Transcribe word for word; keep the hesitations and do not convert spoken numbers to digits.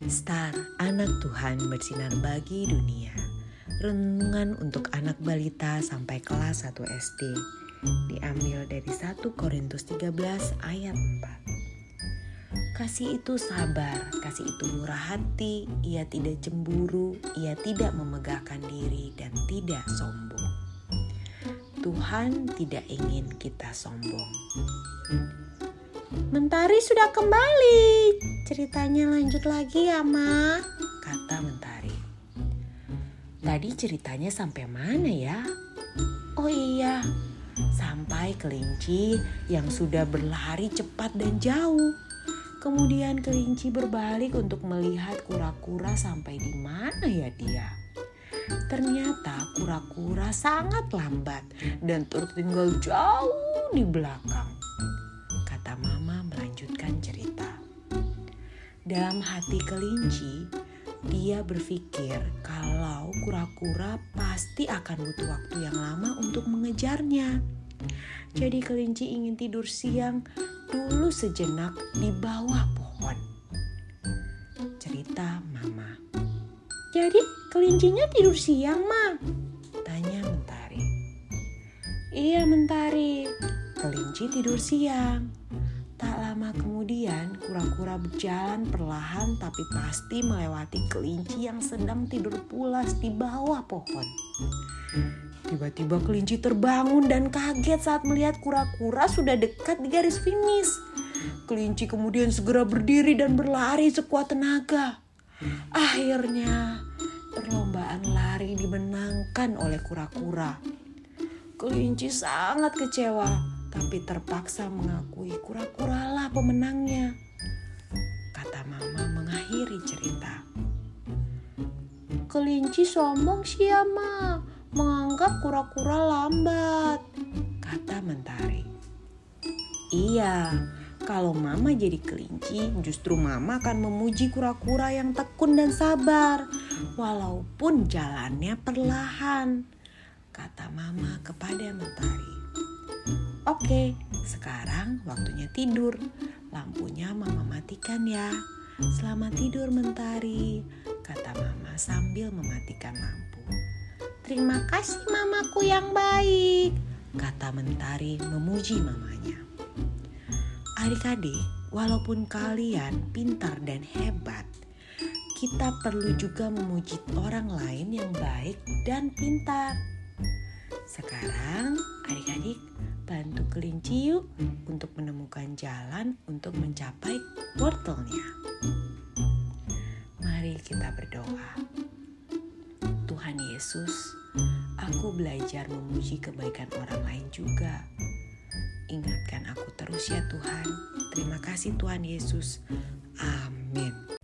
Star, anak Tuhan bersinar bagi dunia. Renungan untuk anak balita sampai kelas satu S D. Diambil dari satu Korintus tiga belas ayat empat. Kasih itu sabar, kasih itu murah hati, ia tidak cemburu, ia tidak memegahkan diri dan tidak sombong. Tuhan tidak ingin kita sombong. Mentari sudah kembali. Ceritanya lanjut lagi ya, Ma, kata Mentari. Tadi ceritanya sampai mana ya? Oh iya, sampai kelinci yang sudah berlari cepat dan jauh. Kemudian kelinci berbalik untuk melihat kura-kura sampai di mana ya dia. Ternyata kura-kura sangat lambat dan tertinggal jauh di belakang. Kata Mama melanjutkan cerita. Dalam hati kelinci, dia berpikir kalau kura-kura pasti akan butuh waktu yang lama untuk mengejarnya. Jadi kelinci ingin tidur siang dulu sejenak di bawah pohon. Cerita Mama. Jadi kelincinya tidur siang, Ma? Tanya Mentari. Iya, Mentari. Kelinci tidur siang. Tak lama kemudian kura-kura berjalan perlahan tapi pasti melewati kelinci yang sedang tidur pulas di bawah pohon. Tiba-tiba kelinci terbangun dan kaget saat melihat kura-kura sudah dekat di garis finish. Kelinci kemudian segera berdiri dan berlari sekuat tenaga. Akhirnya perlombaan lari dimenangkan oleh kura-kura. Kelinci sangat kecewa, tapi terpaksa mengakui kura-kura lah pemenangnya. Kata Mama mengakhiri cerita. Kelinci sombong sih ya, Ma, menganggap kura-kura lambat, kata Mentari. Iya, kalau Mama jadi kelinci, justru Mama akan memuji kura-kura yang tekun dan sabar, walaupun jalannya perlahan, kata Mama kepada Mentari. Oke, sekarang waktunya tidur. Lampunya Mama matikan ya. Selamat tidur Mentari, kata Mama sambil mematikan lampu. Terima kasih Mamaku yang baik, kata Mentari memuji mamanya. Adik-adik, walaupun kalian pintar dan hebat, kita perlu juga memuji orang lain yang baik dan pintar. Sekarang adik-adik bantu kelinci yuk untuk menemukan jalan untuk mencapai wortelnya. Mari kita berdoa. Tuhan Yesus, aku belajar memuji kebaikan orang lain juga. Ingatkan aku terus ya Tuhan. Terima kasih Tuhan Yesus. Amin.